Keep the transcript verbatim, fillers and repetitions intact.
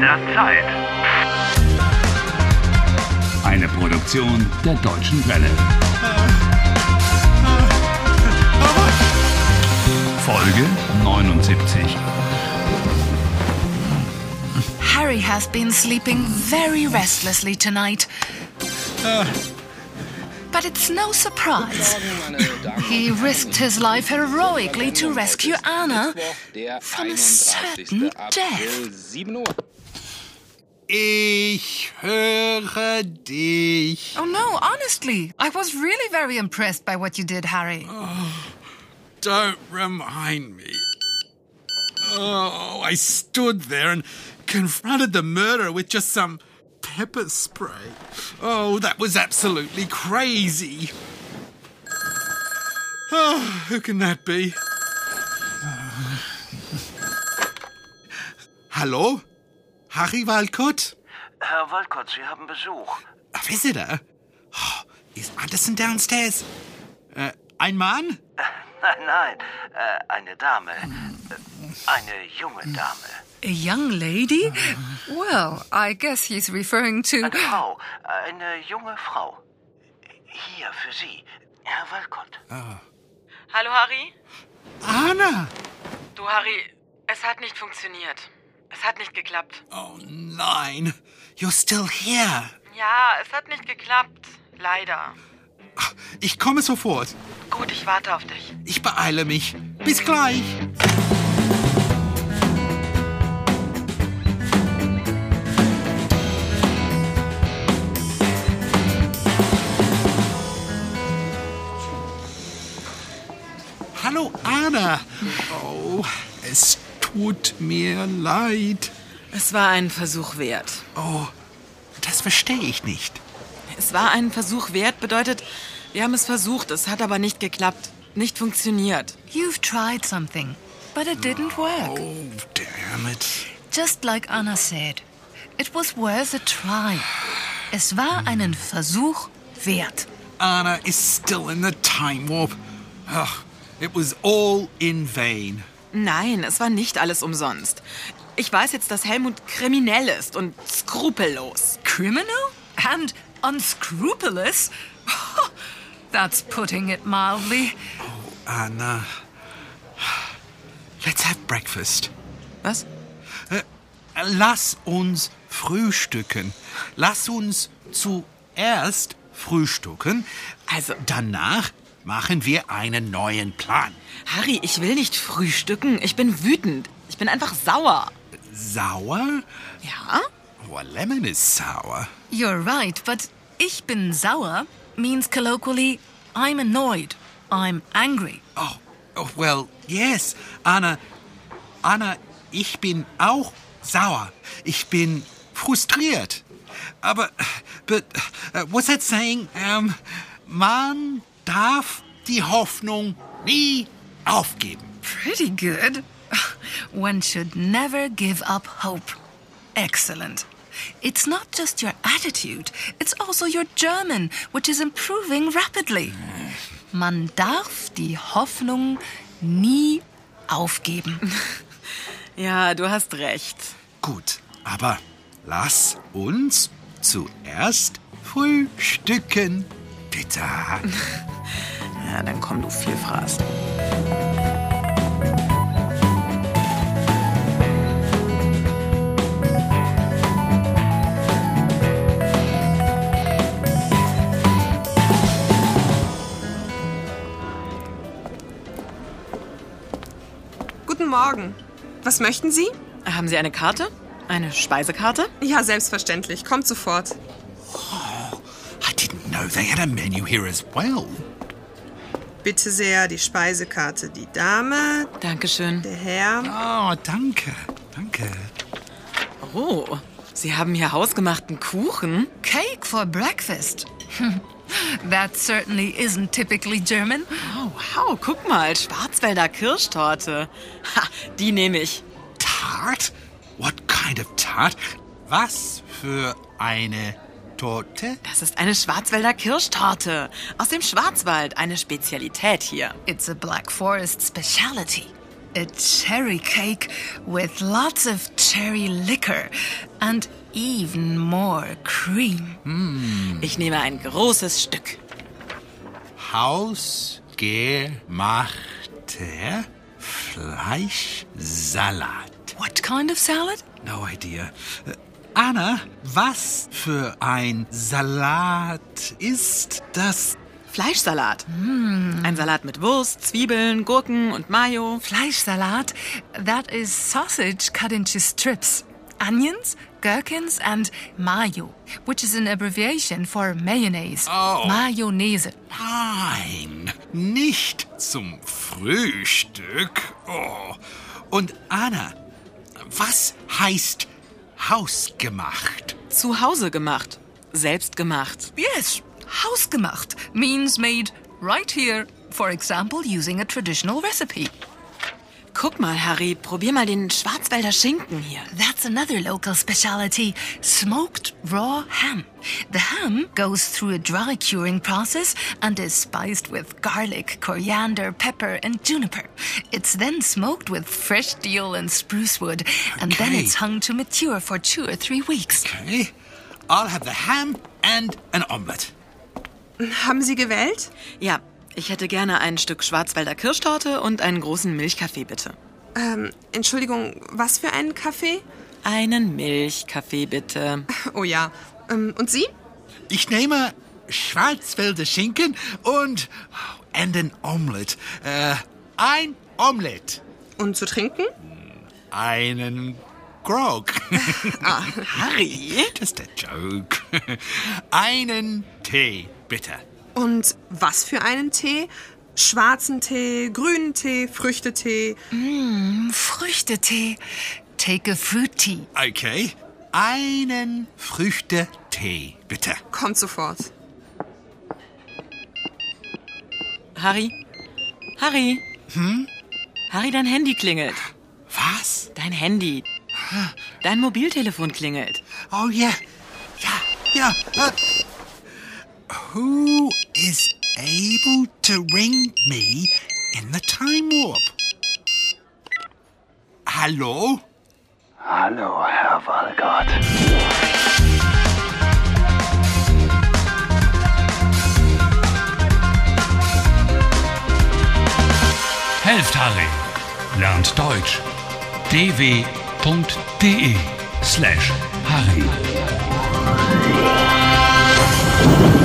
der Zeit. Eine Produktion der Deutschen Welle. Folge neunundsiebzig. Harry has been sleeping very restlessly tonight. But it's no surprise. He risked his life heroically to rescue Anna from a certain death. Ich höre dich. Oh no, honestly, I was really very impressed by what you did, Harry. Don't remind me. Oh, I stood there and confronted the murderer with just some pepper spray. Oh, that was absolutely crazy. Oh, who can that be? Hallo? Harry Walcott? Herr Walcott, Sie haben Besuch. A visitor? Oh, is Anderson downstairs? Äh, ein Mann? Nein, nein, äh, eine Dame. Äh, eine junge Dame. A young lady? Well, I guess he's referring to... Eine Frau, eine junge Frau. Hier für Sie, Herr Walcott. Oh. Hallo, Harry? Anna! Du, Harry, es hat nicht funktioniert. Es hat nicht geklappt. Oh nein, you're still here. Ja, es hat nicht geklappt. Leider. Ach, ich komme sofort. Gut, ich warte auf dich. Ich beeile mich. Bis gleich. Hallo, Anna. Oh, es tut mir leid. Es war ein Versuch wert. Oh, das verstehe ich nicht. Es war ein Versuch wert bedeutet, wir haben es versucht, es hat aber nicht geklappt, nicht funktioniert. You've tried something, but it didn't work. Oh, damn it. Just like Anna said, it was worth a try. Es war einen Versuch wert. Anna is still in the time warp. Ugh, it was all in vain. Nein, es war nicht alles umsonst. Ich weiß jetzt, dass Helmut kriminell ist und skrupellos. Criminal? And unscrupulous? That's putting it mildly. Oh, Anna. Let's have breakfast. Was? Äh, lass uns frühstücken. Lass uns zuerst frühstücken. Also, Danach machen wir einen neuen Plan. Harry, ich will nicht frühstücken. Ich bin wütend. Ich bin einfach sauer. Sauer? Ja? Well, lemon is sour. You're right, but ich bin sauer means colloquially, I'm annoyed, I'm angry. Oh, oh, well, yes, Anna. Anna, ich bin auch sauer. Ich bin frustriert. Aber, but, uh, what's that saying? Um, man darf die Hoffnung nie aufgeben. Pretty good. One should never give up hope. Excellent. It's not just your attitude, it's also your German, which is improving rapidly. Man darf die Hoffnung nie aufgeben. Ja, du hast recht. Gut, aber lass uns zuerst frühstücken, bitte. Ja, dann komm, du Vielfraß. Guten Morgen. Was möchten Sie? Haben Sie eine Karte? Eine Speisekarte? Ja, selbstverständlich. Kommt sofort. Oh, I didn't know they had a menu here as well. Bitte sehr, die Speisekarte. Die Dame, Dankeschön. der Herr. Oh, danke, danke. Oh, Sie haben hier hausgemachten Kuchen? Cake for breakfast. That certainly isn't typically German. Oh, wow, guck mal, Schwarzwälder Kirschtorte. Ha, die nehme ich. Tart? What kind of tart? Was für eine Torte? Das ist eine Schwarzwälder Kirschtorte. Aus dem Schwarzwald, eine Spezialität hier. It's a Black Forest speciality. a cherry cake with lots of cherry liquor and even more cream. Ich nehme ein großes Stück. Hausgemachter Fleischsalat. What kind of salad? No idea. Äh, Anna, was für ein Salat ist das? Fleischsalat. Ein Salat mit Wurst, Zwiebeln, Gurken und Mayo. Fleischsalat, that is sausage cut into strips, onions, gherkins and mayo, which is an abbreviation for mayonnaise. Oh. Mayonnaise. Nein, nicht zum Frühstück. Oh. Und Anna, was heißt hausgemacht? Zu Hause gemacht. Selbst gemacht. Yes, hausgemacht means made right here, for example, using a traditional recipe. Guck mal, Harry, probier mal den Schwarzwälder Schinken hier. That's another local specialty, smoked raw ham. The ham goes through a dry curing process and is spiced with garlic, coriander, pepper and juniper. It's then smoked with fresh deal and spruce wood, and then Okay. it's hung to mature for two or three weeks. Okay, I'll have the ham and an omelette. Haben Sie gewählt? Ja, ich hätte gerne ein Stück Schwarzwälder Kirschtorte und einen großen Milchkaffee, bitte. Ähm, Entschuldigung, was für einen Kaffee? Einen Milchkaffee, bitte. Oh ja. Ähm, und Sie? Ich nehme Schwarzwälder Schinken und and an omelette. Äh, ein Omelette. Und zu trinken? Einen Grog. Harry? Just a joke. Einen Tee, bitte. Und was für einen Tee? Schwarzen Tee, grünen Tee, Früchtetee. Früchtetee. Take a fruit tea. Okay. Einen Früchtetee, bitte. Kommt sofort. Harry? Harry? Hm? Harry, dein Handy klingelt. Was? Dein Handy. Dein Mobiltelefon klingelt. Oh ja. Ja, ja. Uh, who is able to ring me in the time warp? Hallo? Hallo, Herr Walcott. Helft Harry. Lernt Deutsch. dw punkt de slash Harry.